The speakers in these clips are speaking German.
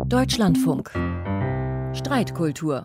Deutschlandfunk. Streitkultur.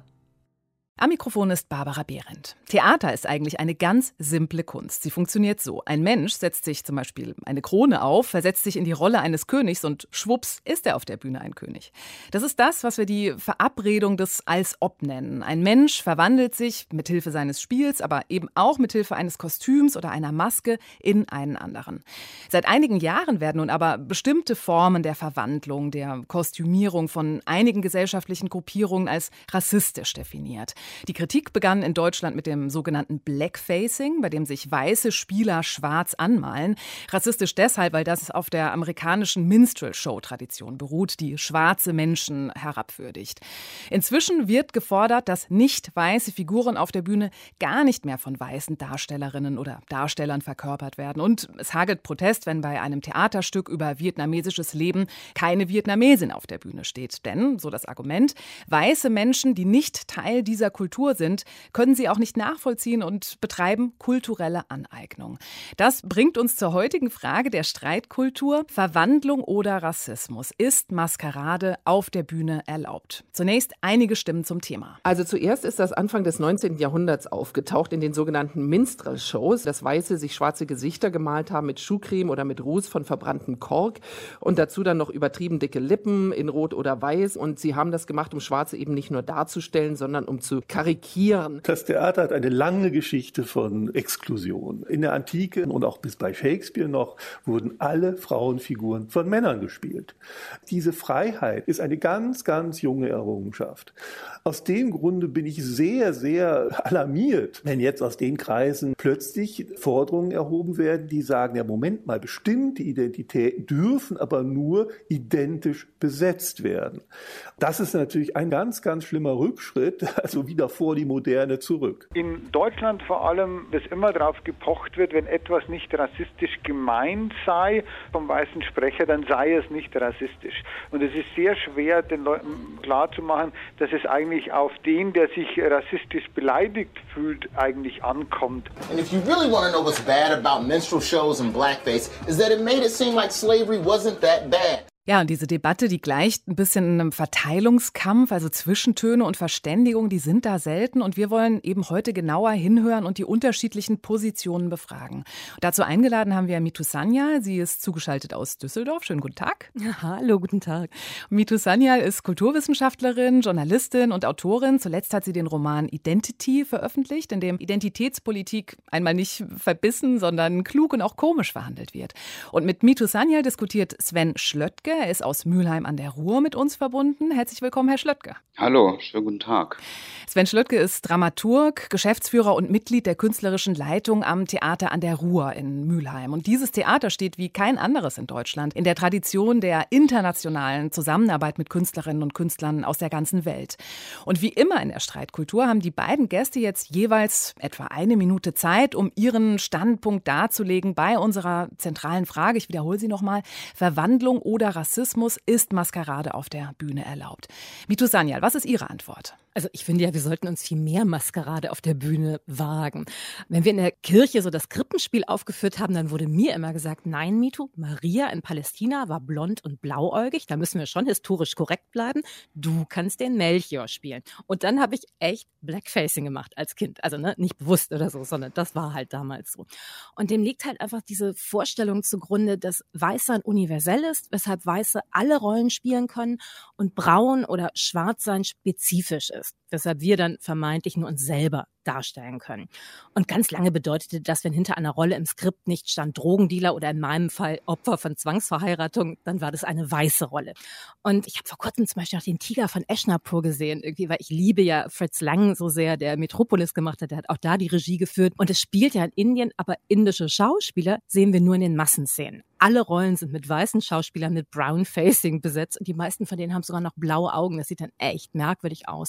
Am Mikrofon ist Barbara Behrendt. Theater ist eigentlich eine ganz simple Kunst. Sie funktioniert so. Ein Mensch setzt sich zum Beispiel eine Krone auf, versetzt sich in die Rolle eines Königs und schwupps ist er auf der Bühne ein König. Das ist das, was wir die Verabredung des Als-Ob nennen. Ein Mensch verwandelt sich mithilfe seines Spiels, aber eben auch mithilfe eines Kostüms oder einer Maske in einen anderen. Seit einigen Jahren werden nun aber bestimmte Formen der Verwandlung, der Kostümierung von einigen gesellschaftlichen Gruppierungen als rassistisch definiert. Die Kritik begann in Deutschland mit dem sogenannten Blackfacing, bei dem sich weiße Spieler schwarz anmalen. Rassistisch deshalb, weil das auf der amerikanischen Minstrel-Show-Tradition beruht, die schwarze Menschen herabwürdigt. Inzwischen wird gefordert, dass nicht weiße Figuren auf der Bühne gar nicht mehr von weißen Darstellerinnen oder Darstellern verkörpert werden. Und es hagelt Protest, wenn bei einem Theaterstück über vietnamesisches Leben keine Vietnamesin auf der Bühne steht. Denn, so das Argument, weiße Menschen, die nicht Teil dieser Kultur sind, können sie auch nicht nachvollziehen und betreiben kulturelle Aneignung. Das bringt uns zur heutigen Frage der Streitkultur. Verwandlung oder Rassismus? Ist Maskerade auf der Bühne erlaubt? Zunächst einige Stimmen zum Thema. Also zuerst ist das Anfang des 19. Jahrhunderts aufgetaucht in den sogenannten Minstrel-Shows, dass Weiße sich schwarze Gesichter gemalt haben mit Schuhcreme oder mit Ruß von verbranntem Kork und dazu dann noch übertrieben dicke Lippen in Rot oder Weiß. Und sie haben das gemacht, um Schwarze eben nicht nur darzustellen, sondern um zu karikieren. Das Theater hat eine lange Geschichte von Exklusion. In der Antike und auch bis bei Shakespeare noch wurden alle Frauenfiguren von Männern gespielt. Diese Freiheit ist eine ganz, ganz junge Errungenschaft. Aus dem Grunde bin ich sehr, sehr alarmiert, wenn jetzt aus den Kreisen plötzlich Forderungen erhoben werden, die sagen, ja Moment mal, bestimmte Identitäten dürfen aber nur identisch besetzt werden. Das ist natürlich ein ganz, ganz schlimmer Rückschritt, also wieder vor die Moderne zurück. In Deutschland vor allem, dass immer darauf gepocht wird, wenn etwas nicht rassistisch gemeint sei vom weißen Sprecher, dann sei es nicht rassistisch. Und es ist sehr schwer, den Leuten klarzumachen, dass es eigentlich auf den, der sich rassistisch beleidigt fühlt, eigentlich ankommt. And if you really want to know what's bad about minstrel shows and blackface, is that it made it seem like slavery wasn't that bad. Ja, und diese Debatte, die gleicht ein bisschen einem Verteilungskampf, also Zwischentöne und Verständigung, die sind da selten. Und wir wollen eben heute genauer hinhören und die unterschiedlichen Positionen befragen. Und dazu eingeladen haben wir Mitu Sanyal. Sie ist zugeschaltet aus Düsseldorf. Schönen guten Tag. Ja, hallo, guten Tag. Mitu Sanyal ist Kulturwissenschaftlerin, Journalistin und Autorin. Zuletzt hat sie den Roman Identity veröffentlicht, in dem Identitätspolitik einmal nicht verbissen, sondern klug und auch komisch verhandelt wird. Und mit Mitu Sanyal diskutiert Sven Schlöttke. Er ist aus Mülheim an der Ruhr mit uns verbunden. Herzlich willkommen, Herr Schlöttke. Hallo, schönen guten Tag. Sven Schlöttke ist Dramaturg, Geschäftsführer und Mitglied der künstlerischen Leitung am Theater an der Ruhr in Mülheim. Und dieses Theater steht wie kein anderes in Deutschland in der Tradition der internationalen Zusammenarbeit mit Künstlerinnen und Künstlern aus der ganzen Welt. Und wie immer in der Streitkultur haben die beiden Gäste jetzt jeweils etwa eine Minute Zeit, um ihren Standpunkt darzulegen bei unserer zentralen Frage. Ich wiederhole sie nochmal. Verwandlung oder Rassismus, ist Maskerade auf der Bühne erlaubt? Mitu Sanyal, was ist Ihre Antwort? Also ich finde ja, wir sollten uns viel mehr Maskerade auf der Bühne wagen. Wenn wir in der Kirche so das Krippenspiel aufgeführt haben, dann wurde mir immer gesagt, nein, Mitu, Maria in Palästina war blond und blauäugig, da müssen wir schon historisch korrekt bleiben. Du kannst den Melchior spielen. Und dann habe ich echt Blackfacing gemacht als Kind. Also nicht bewusst oder so, sondern das war halt damals so. Und dem liegt halt einfach diese Vorstellung zugrunde, dass Weißsein universell ist, weshalb Weiße alle Rollen spielen können und Braun oder Schwarzsein spezifisch ist. Weshalb wir dann vermeintlich nur uns selber darstellen können. Und ganz lange bedeutete das, wenn hinter einer Rolle im Skript nicht stand Drogendealer oder in meinem Fall Opfer von Zwangsverheiratung, dann war das eine weiße Rolle. Und ich habe vor kurzem zum Beispiel auch den Tiger von Eschnapur gesehen, irgendwie, weil ich liebe ja Fritz Lang so sehr, der Metropolis gemacht hat, der hat auch da die Regie geführt. Und es spielt ja in Indien, aber indische Schauspieler sehen wir nur in den Massenszenen. Alle Rollen sind mit weißen Schauspielern mit Brown Facing besetzt und die meisten von denen haben sogar noch blaue Augen. Das sieht dann echt merkwürdig aus.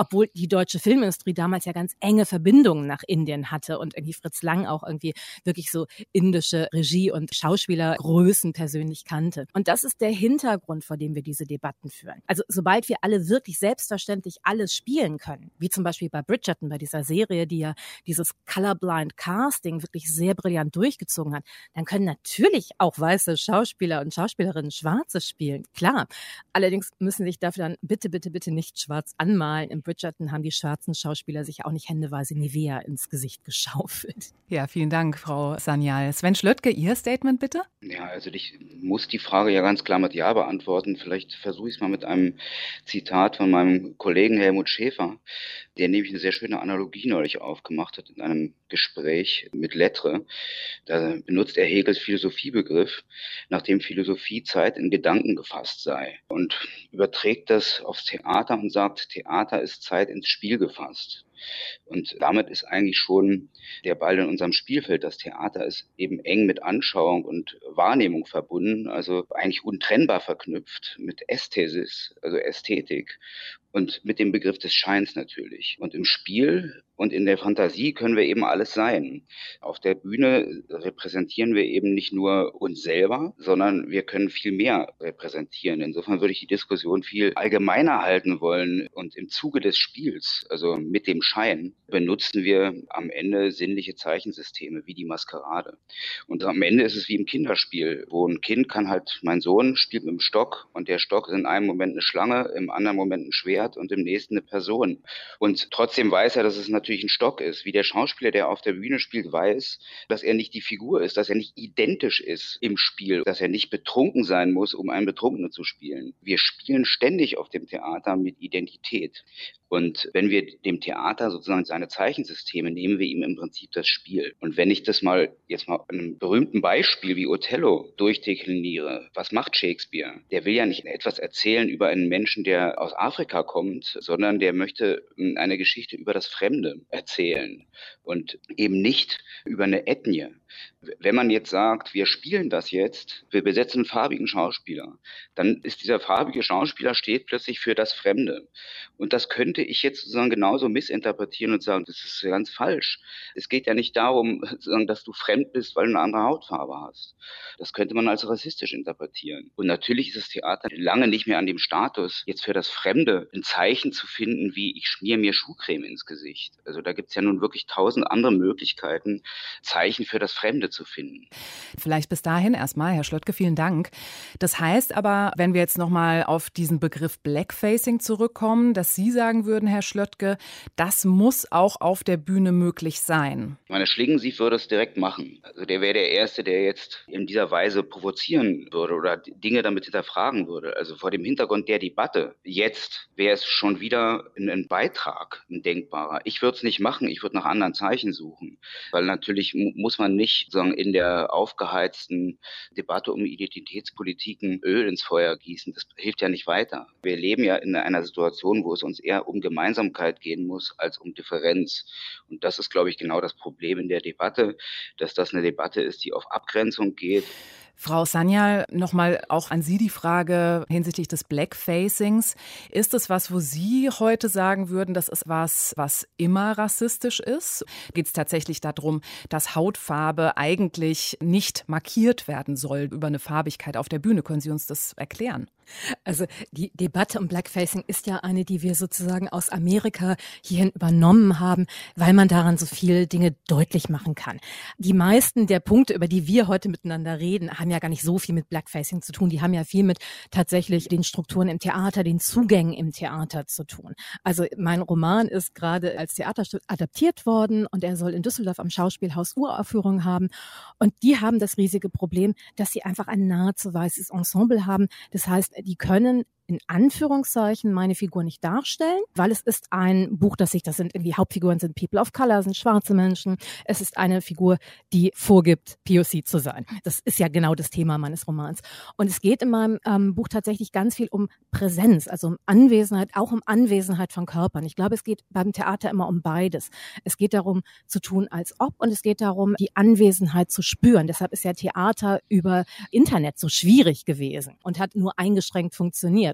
obwohl die deutsche Filmindustrie damals ja ganz enge Verbindungen nach Indien hatte und irgendwie Fritz Lang auch irgendwie wirklich so indische Regie- und Schauspielergrößen persönlich kannte. Und das ist der Hintergrund, vor dem wir diese Debatten führen. Also sobald wir alle wirklich selbstverständlich alles spielen können, wie zum Beispiel bei Bridgerton, bei dieser Serie, die ja dieses Colorblind Casting wirklich sehr brillant durchgezogen hat, dann können natürlich auch weiße Schauspieler und Schauspielerinnen Schwarze spielen, klar. Allerdings müssen sich dafür dann bitte nicht schwarz anmalen. In Bridgerton haben die schwarzen Schauspieler sich auch nicht händeweise Nivea ins Gesicht geschaufelt. Ja, vielen Dank, Frau Sanyal. Sven Schlöttke, Ihr Statement bitte? Ja, also ich muss die Frage ja ganz klar mit Ja beantworten. Vielleicht versuche ich es mal mit einem Zitat von meinem Kollegen Helmut Schäfer, der nämlich eine sehr schöne Analogie neulich aufgemacht hat in einem Gespräch mit Lettre. Da benutzt er Hegels Philosophiebegriff, nachdem Philosophie Zeit in Gedanken gefasst sei, und überträgt das aufs Theater und sagt, Theater ist Zeit ins Spiel gefasst. Und damit ist eigentlich schon der Ball in unserem Spielfeld. Das Theater ist eben eng mit Anschauung und Wahrnehmung verbunden, also eigentlich untrennbar verknüpft mit Ästhesis, also Ästhetik, und mit dem Begriff des Scheins natürlich. Und im Spiel und in der Fantasie können wir eben alles sein. Auf der Bühne repräsentieren wir eben nicht nur uns selber, sondern wir können viel mehr repräsentieren. Insofern würde ich die Diskussion viel allgemeiner halten wollen. Und im Zuge des Spiels, also mit dem Schein, benutzen wir am Ende sinnliche Zeichensysteme wie die Maskerade. Und am Ende ist es wie im Kinderspiel, wo ein Kind kann halt, mein Sohn spielt mit dem Stock und der Stock ist in einem Moment eine Schlange, im anderen Moment ein Schwert und im nächsten eine Person. Und trotzdem weiß er, dass es natürlich ein Stock ist. Wie der Schauspieler, der auf der Bühne spielt, weiß, dass er nicht die Figur ist, dass er nicht identisch ist im Spiel, dass er nicht betrunken sein muss, um einen Betrunkenen zu spielen. Wir spielen ständig auf dem Theater mit Identität. Und wenn wir dem Theater sozusagen seine Zeichensysteme, nehmen wir ihm im Prinzip das Spiel. Und wenn ich das jetzt mal an einem berühmten Beispiel wie Othello durchdekliniere, was macht Shakespeare? Der will ja nicht etwas erzählen über einen Menschen, der aus Afrika kommt, sondern der möchte eine Geschichte über das Fremde erzählen und eben nicht über eine Ethnie. Wenn man jetzt sagt, wir spielen das jetzt, wir besetzen einen farbigen Schauspieler, dann ist dieser farbige Schauspieler steht plötzlich für das Fremde. Und das könnte ich jetzt sozusagen genauso missinterpretieren und sagen, das ist ganz falsch. Es geht ja nicht darum, dass du fremd bist, weil du eine andere Hautfarbe hast. Das könnte man als rassistisch interpretieren. Und natürlich ist das Theater lange nicht mehr an dem Status, jetzt für das Fremde ein Zeichen zu finden, wie ich schmier mir Schuhcreme ins Gesicht. Also da gibt es ja nun wirklich 1000 andere Möglichkeiten, Zeichen für das Fremde zu finden. Vielleicht bis dahin erstmal, Herr Schlöttke, vielen Dank. Das heißt aber, wenn wir jetzt nochmal auf diesen Begriff Blackfacing zurückkommen, dass Sie sagen würden, Herr Schlöttke, das muss auch auf der Bühne möglich sein. Ich meine, Schlingensief würde es direkt machen. Also der wäre der Erste, der jetzt in dieser Weise provozieren würde oder Dinge damit hinterfragen würde. Also vor dem Hintergrund der Debatte jetzt wäre es schon wieder ein Beitrag, ein denkbarer. Ich würde es nicht machen, ich würde nach anderen Zeichen suchen. Weil natürlich muss man nicht sozusagen in der aufgeheizten Debatte um Identitätspolitiken Öl ins Feuer gießen. Das hilft ja nicht weiter. Wir leben ja in einer Situation, wo es uns eher um Gemeinsamkeit gehen muss als um Differenz. Und das ist, glaube ich, genau das Problem in der Debatte, dass das eine Debatte ist, die auf Abgrenzung geht. Frau Sanyal, nochmal auch an Sie die Frage hinsichtlich des Blackfacings. Ist es was, wo Sie heute sagen würden, das ist was immer rassistisch ist? Geht es tatsächlich darum, dass Hautfarbe eigentlich nicht markiert werden soll über eine Farbigkeit auf der Bühne? Können Sie uns das erklären? Also die Debatte um Blackfacing ist ja eine, die wir sozusagen aus Amerika hierhin übernommen haben, weil man daran so viele Dinge deutlich machen kann. Die meisten der Punkte, über die wir heute miteinander reden, haben ja gar nicht so viel mit Blackfacing zu tun. Die haben ja viel mit tatsächlich den Strukturen im Theater, den Zugängen im Theater zu tun. Also mein Roman ist gerade als Theaterstück adaptiert worden und er soll in Düsseldorf am Schauspielhaus Uraufführung haben. Und die haben das riesige Problem, dass sie einfach ein nahezu weißes Ensemble haben. Das heißt, die können in Anführungszeichen meine Figur nicht darstellen, weil es ist ein Buch, das sind irgendwie Hauptfiguren sind People of Color, sind schwarze Menschen. Es ist eine Figur, die vorgibt, POC zu sein. Das ist ja genau das Thema meines Romans. Und es geht in meinem Buch tatsächlich ganz viel um Präsenz, also um Anwesenheit, auch um Anwesenheit von Körpern. Ich glaube, es geht beim Theater immer um beides. Es geht darum, zu tun als ob und es geht darum, die Anwesenheit zu spüren. Deshalb ist ja Theater über Internet so schwierig gewesen und hat nur eingeschränkt funktioniert.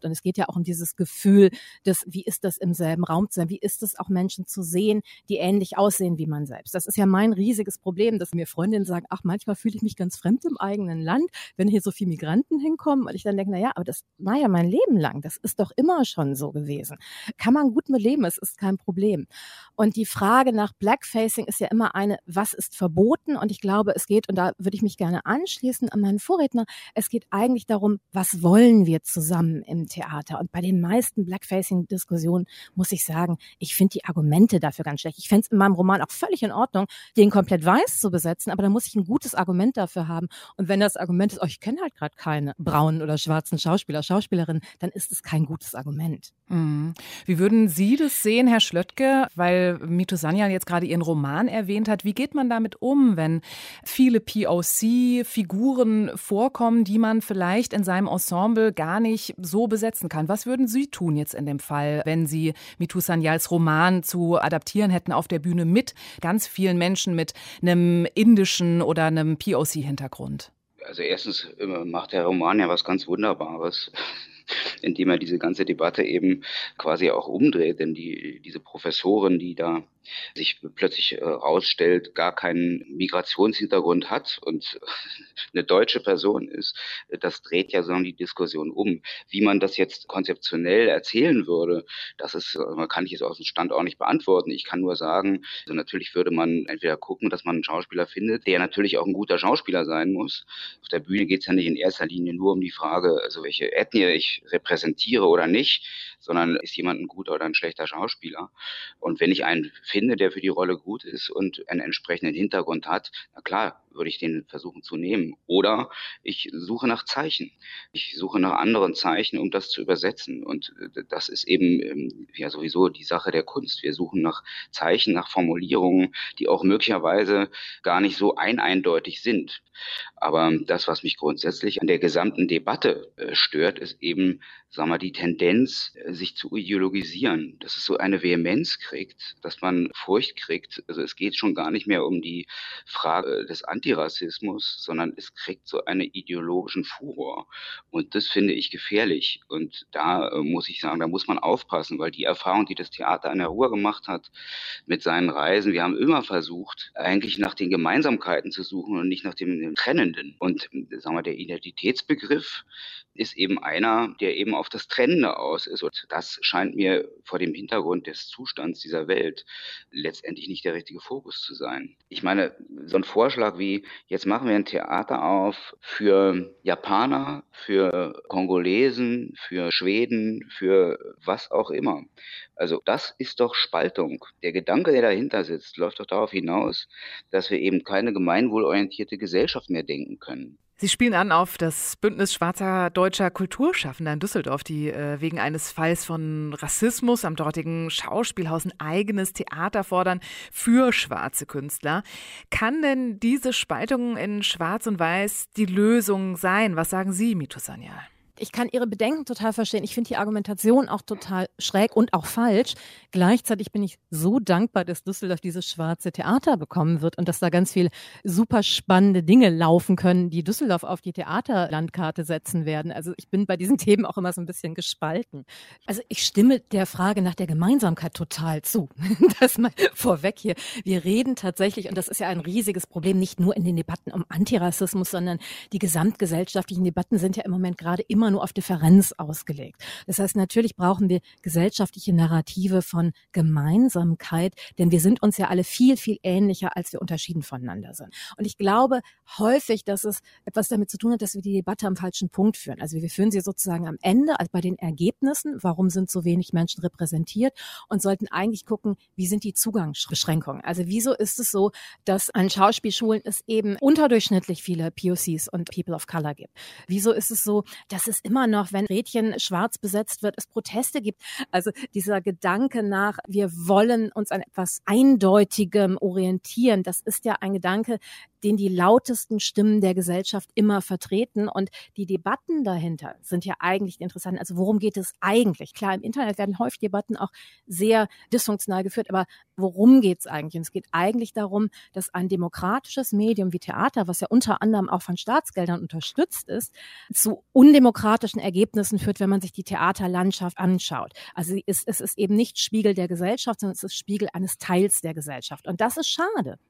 Und es geht ja auch um dieses Gefühl, wie ist das im selben Raum zu sein? Wie ist es auch Menschen zu sehen, die ähnlich aussehen wie man selbst? Das ist ja mein riesiges Problem, dass mir Freundinnen sagen, ach, manchmal fühle ich mich ganz fremd im eigenen Land, wenn hier so viele Migranten hinkommen. Und ich dann denke, aber das war ja mein Leben lang. Das ist doch immer schon so gewesen. Kann man gut mit leben, es ist kein Problem. Und die Frage nach Blackfacing ist ja immer eine, was ist verboten? Und ich glaube, es geht, und da würde ich mich gerne anschließen an meinen Vorredner, es geht eigentlich darum, was wollen wir zusammen im Theater? Und bei den meisten Blackfacing-Diskussionen muss ich sagen, ich finde die Argumente dafür ganz schlecht. Ich fände es in meinem Roman auch völlig in Ordnung, den komplett weiß zu besetzen, aber da muss ich ein gutes Argument dafür haben. Und wenn das Argument ist, ich kenne halt gerade keine braunen oder schwarzen Schauspieler, Schauspielerinnen, dann ist es kein gutes Argument. Mhm. Wie würden Sie das sehen, Herr Schlöttke, weil Mito Sanyal jetzt gerade Ihren Roman erwähnt hat? Wie geht man damit um, wenn viele POC-Figuren vorkommen, die man vielleicht in seinem Ensemble gar nicht so besetzen kann? Was würden Sie tun jetzt in dem Fall, wenn Sie Mito Sanyals Roman zu adaptieren hätten auf der Bühne mit ganz vielen Menschen mit einem indischen oder einem POC-Hintergrund? Also erstens macht der Roman ja was ganz Wunderbares, indem er diese ganze Debatte eben quasi auch umdreht. Denn diese Professorin, die da sich plötzlich rausstellt, gar keinen Migrationshintergrund hat und eine deutsche Person ist, das dreht ja so die Diskussion um. Wie man das jetzt konzeptionell erzählen würde, man kann ich es aus dem Stand auch nicht beantworten. Ich kann nur sagen, also natürlich würde man entweder gucken, dass man einen Schauspieler findet, der natürlich auch ein guter Schauspieler sein muss. Auf der Bühne geht es ja nicht in erster Linie nur um die Frage, also welche Ethnie ich repräsentiere oder nicht, sondern ist jemand ein guter oder ein schlechter Schauspieler. Und wenn ich einen finde, der für die Rolle gut ist und einen entsprechenden Hintergrund hat, na klar, würde ich den versuchen zu nehmen. Oder ich suche nach Zeichen. Ich suche nach anderen Zeichen, um das zu übersetzen. Und das ist eben ja sowieso die Sache der Kunst. Wir suchen nach Zeichen, nach Formulierungen, die auch möglicherweise gar nicht so eindeutig sind. Aber das, was mich grundsätzlich an der gesamten Debatte stört, ist eben, sagen wir, die Tendenz, sich zu ideologisieren, dass es so eine Vehemenz kriegt, dass man Furcht kriegt. Also es geht schon gar nicht mehr um die Frage des Antirassismus, sondern es kriegt so einen ideologischen Furor. Und das finde ich gefährlich. Und da muss ich sagen, da muss man aufpassen, weil die Erfahrung, die das Theater an der Ruhr gemacht hat mit seinen Reisen, wir haben immer versucht, eigentlich nach den Gemeinsamkeiten zu suchen und nicht nach dem Trennenden. Und sagen wir, der Identitätsbegriff ist eben einer, der eben auf das Trennende aus ist. Und das scheint mir vor dem Hintergrund des Zustands dieser Welt letztendlich nicht der richtige Fokus zu sein. Ich meine, so ein Vorschlag wie, jetzt machen wir ein Theater auf für Japaner, für Kongolesen, für Schweden, für was auch immer. Also das ist doch Spaltung. Der Gedanke, der dahinter sitzt, läuft doch darauf hinaus, dass wir eben keine gemeinwohlorientierte Gesellschaft mehr denken können. Sie spielen an auf das Bündnis schwarzer deutscher Kulturschaffender in Düsseldorf, die wegen eines Falls von Rassismus am dortigen Schauspielhaus ein eigenes Theater fordern für schwarze Künstler. Kann denn diese Spaltung in Schwarz und Weiß die Lösung sein? Was sagen Sie, Mito Sanyal? Ich kann Ihre Bedenken total verstehen. Ich finde die Argumentation auch total schräg und auch falsch. Gleichzeitig bin ich so dankbar, dass Düsseldorf dieses schwarze Theater bekommen wird und dass da ganz viel super spannende Dinge laufen können, die Düsseldorf auf die Theaterlandkarte setzen werden. Also ich bin bei diesen Themen auch immer so ein bisschen gespalten. Also ich stimme der Frage nach der Gemeinsamkeit total zu. Das mal vorweg hier. Wir reden tatsächlich, und das ist ja ein riesiges Problem, nicht nur in den Debatten um Antirassismus, sondern die gesamtgesellschaftlichen Debatten sind ja im Moment gerade immer nur auf Differenz ausgelegt. Das heißt, natürlich brauchen wir gesellschaftliche Narrative von Gemeinsamkeit, denn wir sind uns ja alle viel, viel ähnlicher, als wir unterschieden voneinander sind. Und ich glaube häufig, dass es etwas damit zu tun hat, dass wir die Debatte am falschen Punkt führen. Also wir führen sie sozusagen am Ende, also bei den Ergebnissen, warum sind so wenig Menschen repräsentiert, und sollten eigentlich gucken, wie sind die Zugangsbeschränkungen. Also wieso ist es so, dass an Schauspielschulen es eben unterdurchschnittlich viele POCs und People of Color gibt? Wieso ist es so, dass es immer noch, wenn Rädchen schwarz besetzt wird, es Proteste gibt? Also dieser Gedanke nach, wir wollen uns an etwas Eindeutigem orientieren, das ist ja ein Gedanke, den die lautesten Stimmen der Gesellschaft immer vertreten. Und die Debatten dahinter sind ja eigentlich interessant. Also worum geht es eigentlich? Klar, im Internet werden häufig Debatten auch sehr dysfunktional geführt, aber worum geht es eigentlich? Und es geht eigentlich darum, dass ein demokratisches Medium wie Theater, was ja unter anderem auch von Staatsgeldern unterstützt ist, zu undemokratischen demokratischen Ergebnissen führt, wenn man sich die Theaterlandschaft anschaut. Also es ist eben nicht Spiegel der Gesellschaft, sondern es ist Spiegel eines Teils der Gesellschaft. Und das ist schade.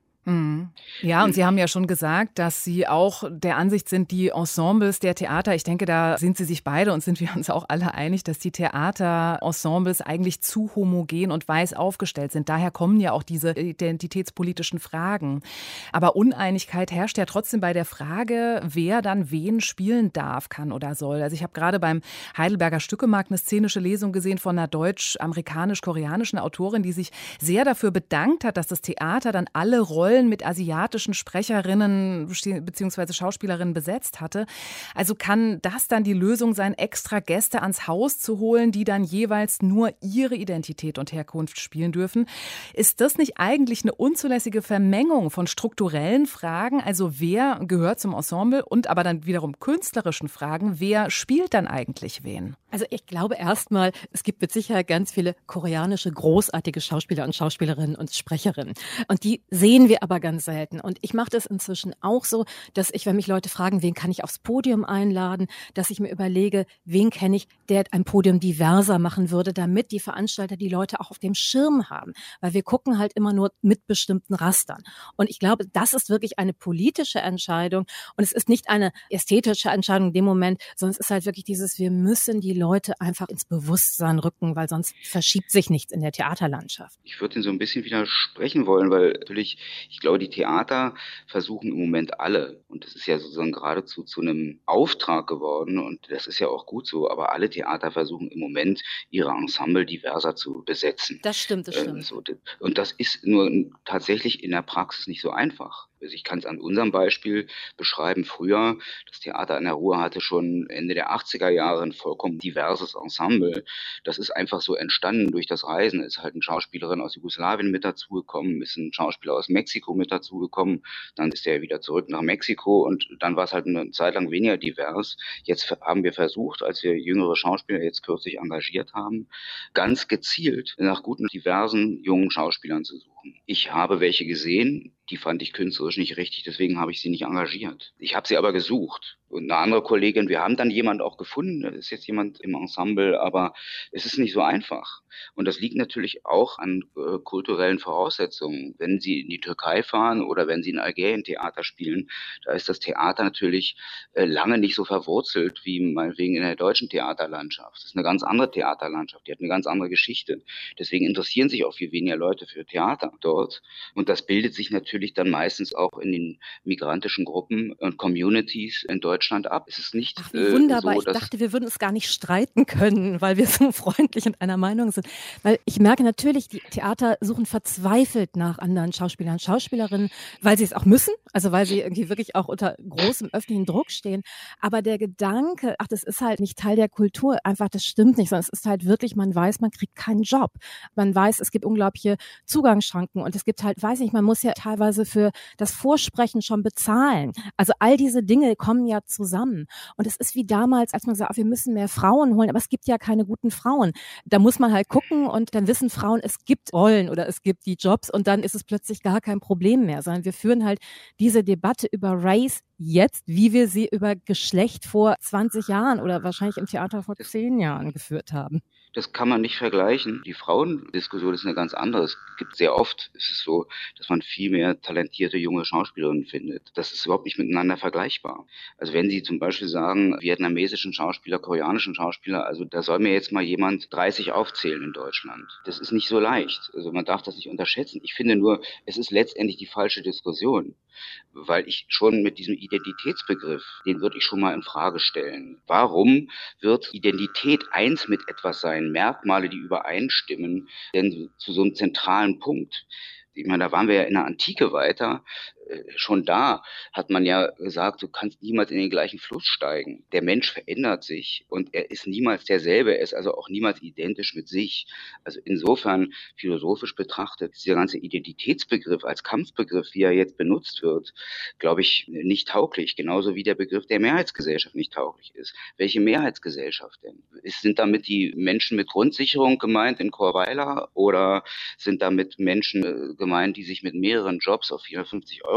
Ja, und Sie haben ja schon gesagt, dass Sie auch der Ansicht sind, die Ensembles der Theater, ich denke, da sind Sie sich beide und sind wir uns auch alle einig, dass die Theaterensembles eigentlich zu homogen und weiß aufgestellt sind. Daher kommen ja auch diese identitätspolitischen Fragen. Aber Uneinigkeit herrscht ja trotzdem bei der Frage, wer dann wen spielen darf, kann oder soll. Also ich habe gerade beim Heidelberger Stückemarkt eine szenische Lesung gesehen von einer deutsch-amerikanisch-koreanischen Autorin, die sich sehr dafür bedankt hat, dass das Theater dann alle Rollen mit asiatischen Sprecherinnen bzw. Schauspielerinnen besetzt hatte. Also kann das dann die Lösung sein, extra Gäste ans Haus zu holen, die dann jeweils nur ihre Identität und Herkunft spielen dürfen? Ist das nicht eigentlich eine unzulässige Vermengung von strukturellen Fragen, also wer gehört zum Ensemble, und aber dann wiederum künstlerischen Fragen, wer spielt dann eigentlich wen? Also ich glaube erstmal, es gibt mit Sicherheit ganz viele koreanische großartige Schauspieler und Schauspielerinnen und Sprecherinnen. Und die sehen wir aber ganz selten. Und ich mache das inzwischen auch so, dass ich, wenn mich Leute fragen, wen kann ich aufs Podium einladen, dass ich mir überlege, wen kenne ich, der ein Podium diverser machen würde, damit die Veranstalter die Leute auch auf dem Schirm haben. Weil wir gucken halt immer nur mit bestimmten Rastern. Und ich glaube, das ist wirklich eine politische Entscheidung. Und es ist nicht eine ästhetische Entscheidung in dem Moment, sondern es ist halt wirklich dieses, wir müssen die Leute einfach ins Bewusstsein rücken, weil sonst verschiebt sich nichts in der Theaterlandschaft. Ich würde Ihnen so ein bisschen widersprechen wollen, weil natürlich, ich glaube, die Theater versuchen im Moment alle, und das ist ja sozusagen geradezu zu einem Auftrag geworden, und das ist ja auch gut so, aber alle Theater versuchen im Moment, ihre Ensemble diverser zu besetzen. Das stimmt, das stimmt. Und das ist nur tatsächlich in der Praxis nicht so einfach. Also ich kann es an unserem Beispiel beschreiben. Früher, das Theater an der Ruhr hatte schon Ende der 80er Jahre ein vollkommen diverses Ensemble. Das ist einfach so entstanden durch das Reisen. Es ist halt eine Schauspielerin aus Jugoslawien mit dazugekommen, ist ein Schauspieler aus Mexiko mit dazugekommen. Dann ist er wieder zurück nach Mexiko und dann war es halt eine Zeit lang weniger divers. Jetzt haben wir versucht, als wir jüngere Schauspieler jetzt kürzlich engagiert haben, ganz gezielt nach guten, diversen, jungen Schauspielern zu suchen. Ich habe welche gesehen, die fand ich künstlerisch nicht richtig, deswegen habe ich sie nicht engagiert. Ich habe sie aber gesucht. Und eine andere Kollegin, wir haben dann jemanden auch gefunden, da ist jetzt jemand im Ensemble, aber es ist nicht so einfach. Und das liegt natürlich auch an kulturellen Voraussetzungen. Wenn Sie in die Türkei fahren oder wenn Sie in Algerien Theater spielen, da ist das Theater natürlich lange nicht so verwurzelt wie meinetwegen in der deutschen Theaterlandschaft. Das ist eine ganz andere Theaterlandschaft, die hat eine ganz andere Geschichte. Deswegen interessieren sich auch viel weniger Leute für Theater dort. Und das bildet sich natürlich dann meistens auch in den migrantischen Gruppen und Communities in Deutschland ab. Es ist nicht wie wunderbar. so, ich dachte, wir würden uns gar nicht streiten können, weil wir so freundlich und einer Meinung sind. Weil ich merke natürlich, die Theater suchen verzweifelt nach anderen Schauspielern und Schauspielerinnen, weil sie es auch müssen, also weil sie irgendwie wirklich auch unter großem öffentlichen Druck stehen. Aber der Gedanke, das ist halt nicht Teil der Kultur, einfach, das stimmt nicht, sondern es ist halt wirklich, man weiß, man kriegt keinen Job. Man weiß, es gibt unglaubliche Zugangsschranken und es gibt halt, weiß nicht, man muss ja teilweise für das Vorsprechen schon bezahlen. Also all diese Dinge kommen ja zusammen. Und es ist wie damals, als man sagt, wir müssen mehr Frauen holen, aber es gibt ja keine guten Frauen. Da muss man halt gucken und dann wissen Frauen, es gibt Rollen oder es gibt die Jobs und dann ist es plötzlich gar kein Problem mehr, sondern wir führen halt diese Debatte über Race jetzt, wie wir sie über Geschlecht vor 20 Jahren oder wahrscheinlich im Theater vor 10 Jahren geführt haben. Das kann man nicht vergleichen. Die Frauendiskussion ist eine ganz andere. Es gibt sehr oft, ist es so, dass man viel mehr talentierte junge Schauspielerinnen findet. Das ist überhaupt nicht miteinander vergleichbar. Also wenn Sie zum Beispiel sagen, vietnamesischen Schauspieler, koreanischen Schauspieler, also da soll mir jetzt mal jemand 30 aufzählen in Deutschland. Das ist nicht so leicht. Also man darf das nicht unterschätzen. Ich finde nur, es ist letztendlich die falsche Diskussion. Weil ich schon mit diesem Identitätsbegriff, den würde ich schon mal in Frage stellen. Warum wird Identität eins mit etwas sein, Merkmale, die übereinstimmen, denn zu so einem zentralen Punkt? Ich meine, da waren wir ja in der Antike weiter. Schon da hat man ja gesagt, du kannst niemals in den gleichen Fluss steigen. Der Mensch verändert sich und er ist niemals derselbe, er ist also auch niemals identisch mit sich. Also insofern, philosophisch betrachtet, dieser ganze Identitätsbegriff als Kampfbegriff, wie er jetzt benutzt wird, glaube ich, nicht tauglich. Genauso wie der Begriff der Mehrheitsgesellschaft nicht tauglich ist. Welche Mehrheitsgesellschaft denn? Sind damit die Menschen mit Grundsicherung gemeint in Chorweiler oder sind damit Menschen gemeint, die sich mit mehreren Jobs auf 450 €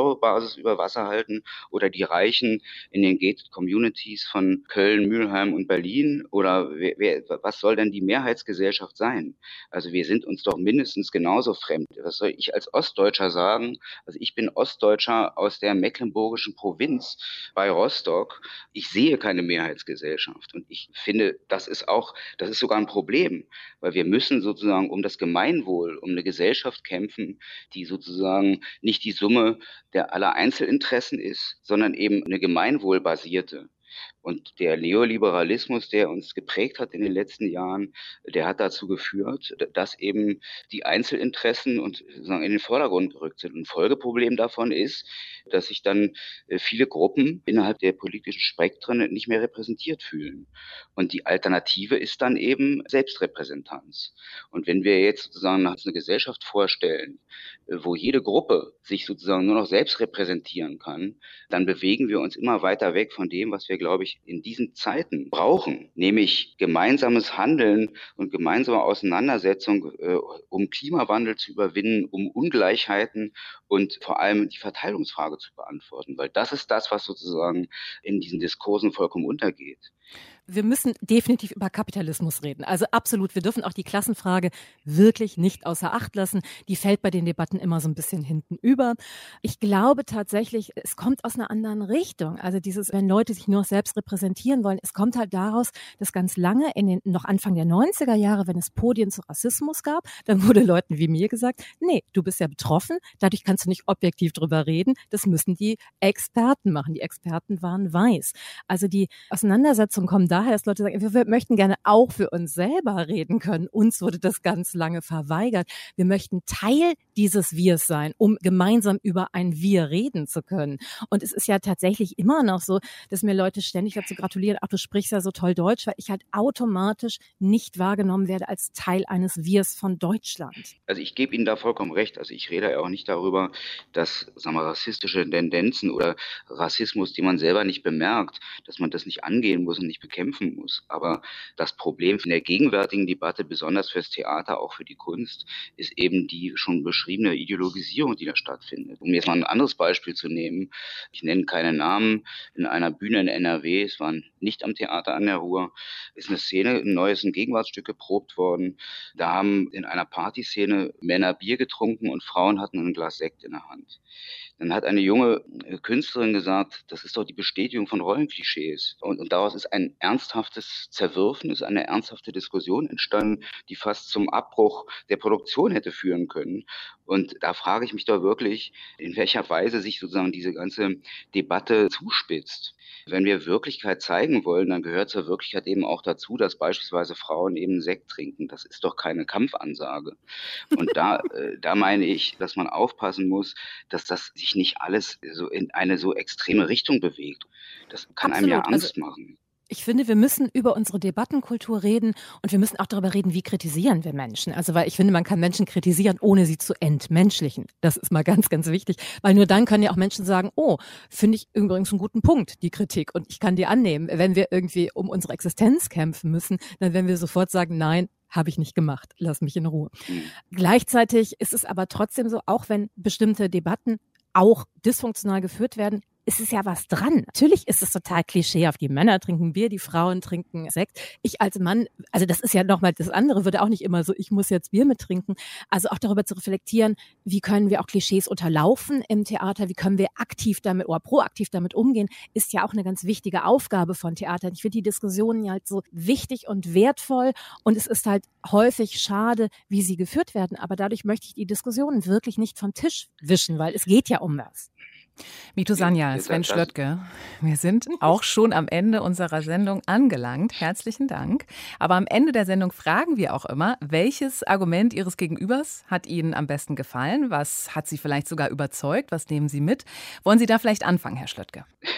Euro-Basis über Wasser halten oder die Reichen in den Gated Communities von Köln, Mülheim und Berlin? Oder was soll denn die Mehrheitsgesellschaft sein? Also wir sind uns doch mindestens genauso fremd. Was soll ich als Ostdeutscher sagen? Also ich bin Ostdeutscher aus der mecklenburgischen Provinz bei Rostock. Ich sehe keine Mehrheitsgesellschaft. Und ich finde, das ist sogar ein Problem, weil wir müssen sozusagen um das Gemeinwohl, um eine Gesellschaft kämpfen, die sozusagen nicht die Summe aller Einzelinteressen ist, sondern eben eine gemeinwohlbasierte. Und der Neoliberalismus, der uns geprägt hat in den letzten Jahren, der hat dazu geführt, dass eben die Einzelinteressen und sozusagen in den Vordergrund gerückt sind. Ein Folgeproblem davon ist, dass sich dann viele Gruppen innerhalb der politischen Spektren nicht mehr repräsentiert fühlen. Und die Alternative ist dann eben Selbstrepräsentanz. Und wenn wir jetzt sozusagen eine Gesellschaft vorstellen, wo jede Gruppe sich sozusagen nur noch selbst repräsentieren kann, dann bewegen wir uns immer weiter weg von dem, was wir, glaube ich, in diesen Zeiten brauchen, nämlich gemeinsames Handeln und gemeinsame Auseinandersetzung, um Klimawandel zu überwinden, um Ungleichheiten und vor allem die Verteilungsfrage zu beantworten, weil das ist das, was sozusagen in diesen Diskursen vollkommen untergeht. Wir müssen definitiv über Kapitalismus reden. Also absolut, wir dürfen auch die Klassenfrage wirklich nicht außer Acht lassen. Die fällt bei den Debatten immer so ein bisschen hinten über. Ich glaube tatsächlich, es kommt aus einer anderen Richtung. Also wenn Leute sich nur selbst repräsentieren wollen, es kommt halt daraus, dass ganz lange noch Anfang der 90er Jahre, wenn es Podien zu Rassismus gab, dann wurde Leuten wie mir gesagt, nee, du bist ja betroffen, dadurch kannst du nicht objektiv drüber reden, das müssen die Experten machen. Die Experten waren weiß. Also die Auseinandersetzungen kommen daher, dass Leute sagen, wir möchten gerne auch für uns selber reden können. Uns wurde das ganz lange verweigert. Wir möchten Teil dieses Wirs sein, um gemeinsam über ein Wir reden zu können. Und es ist ja tatsächlich immer noch so, dass mir Leute ständig dazu gratulieren, ach, du sprichst ja so toll Deutsch, weil ich halt automatisch nicht wahrgenommen werde als Teil eines Wirs von Deutschland. Also ich gebe Ihnen da vollkommen recht. Also ich rede ja auch nicht darüber, dass, sagen wir, rassistische Tendenzen oder Rassismus, die man selber nicht bemerkt, dass man das nicht angehen muss und nicht bekämpfen muss. Aber das Problem in der gegenwärtigen Debatte, besonders fürs Theater, auch für die Kunst, ist eben die schon beschriebene Ideologisierung, die da stattfindet. Um jetzt mal ein anderes Beispiel zu nehmen, ich nenne keine Namen, in einer Bühne in NRW, es war nicht am Theater an der Ruhr, ist eine Szene, ein Gegenwartsstück geprobt worden. Da haben in einer Partyszene Männer Bier getrunken und Frauen hatten ein Glas Sekt in der Hand. Dann hat eine junge Künstlerin gesagt, das ist doch die Bestätigung von Rollenklischees. Und daraus ist ein ernsthaftes Zerwürfnis, eine ernsthafte Diskussion entstanden, die fast zum Abbruch der Produktion hätte führen können. Und da frage ich mich doch wirklich, in welcher Weise sich sozusagen diese ganze Debatte zuspitzt. Wenn wir Wirklichkeit zeigen wollen, dann gehört zur Wirklichkeit eben auch dazu, dass beispielsweise Frauen eben Sekt trinken. Das ist doch keine Kampfansage. Und da meine ich, dass man aufpassen muss, dass das sich nicht alles so in eine so extreme Richtung bewegt. Das kann einem ja Angst machen. Ich finde, wir müssen über unsere Debattenkultur reden und wir müssen auch darüber reden, wie kritisieren wir Menschen. Also, weil ich finde, man kann Menschen kritisieren, ohne sie zu entmenschlichen. Das ist mal ganz, ganz wichtig, weil nur dann können ja auch Menschen sagen, oh, finde ich übrigens einen guten Punkt, die Kritik, und ich kann die annehmen. Wenn wir irgendwie um unsere Existenz kämpfen müssen, dann werden wir sofort sagen, nein, habe ich nicht gemacht, lass mich in Ruhe. Gleichzeitig ist es aber trotzdem so, auch wenn bestimmte Debatten auch dysfunktional geführt werden, ist es ja was dran. Natürlich ist es total klischeehaft. Die Männer trinken Bier, die Frauen trinken Sekt. Ich als Mann, also das ist ja nochmal das andere, würde auch nicht immer so, ich muss jetzt Bier mittrinken. Also auch darüber zu reflektieren, wie können wir auch Klischees unterlaufen im Theater, wie können wir aktiv damit oder proaktiv damit umgehen, ist ja auch eine ganz wichtige Aufgabe von Theatern. Ich finde die Diskussionen ja halt so wichtig und wertvoll und es ist halt häufig schade, wie sie geführt werden. Aber dadurch möchte ich die Diskussionen wirklich nicht vom Tisch wischen, weil es geht ja um was. Mitu Sanyal, Sven Schlöttke, wir sind auch schon am Ende unserer Sendung angelangt. Herzlichen Dank. Aber am Ende der Sendung fragen wir auch immer, welches Argument Ihres Gegenübers hat Ihnen am besten gefallen? Was hat Sie vielleicht sogar überzeugt? Was nehmen Sie mit? Wollen Sie da vielleicht anfangen, Herr Schlöttke?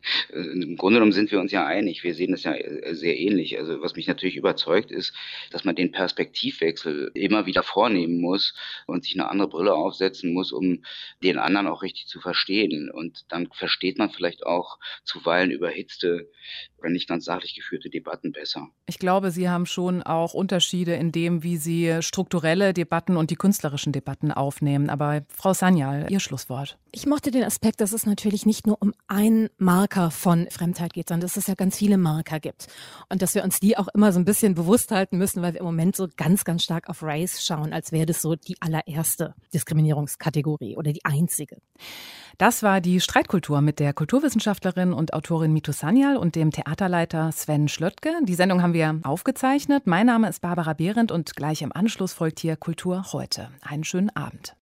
Im Grunde genommen sind wir uns ja einig. Wir sehen das ja sehr ähnlich. Also was mich natürlich überzeugt ist, dass man den Perspektivwechsel immer wieder vornehmen muss und sich eine andere Brille aufsetzen muss, um den anderen auch richtig zu verstehen. Und dann versteht man vielleicht auch zuweilen überhitzte, wenn nicht ganz sachlich geführte Debatten besser. Ich glaube, Sie haben schon auch Unterschiede in dem, wie Sie strukturelle Debatten und die künstlerischen Debatten aufnehmen. Aber Frau Sanyal, Ihr Schlusswort. Ich mochte den Aspekt, dass es natürlich nicht nur um einen Marker von Fremdheit geht, sondern dass es ja ganz viele Marker gibt. Und dass wir uns die auch immer so ein bisschen bewusst halten müssen, weil wir im Moment so ganz, ganz stark auf Race schauen, als wäre das so die allererste Diskriminierungskategorie oder die einzige. Das war die Streitkultur mit der Kulturwissenschaftlerin und Autorin Mitu Sanyal und dem Theaterleiter Sven Schlöttke. Die Sendung haben wir aufgezeichnet. Mein Name ist Barbara Behrendt und gleich im Anschluss folgt hier Kultur heute. Einen schönen Abend.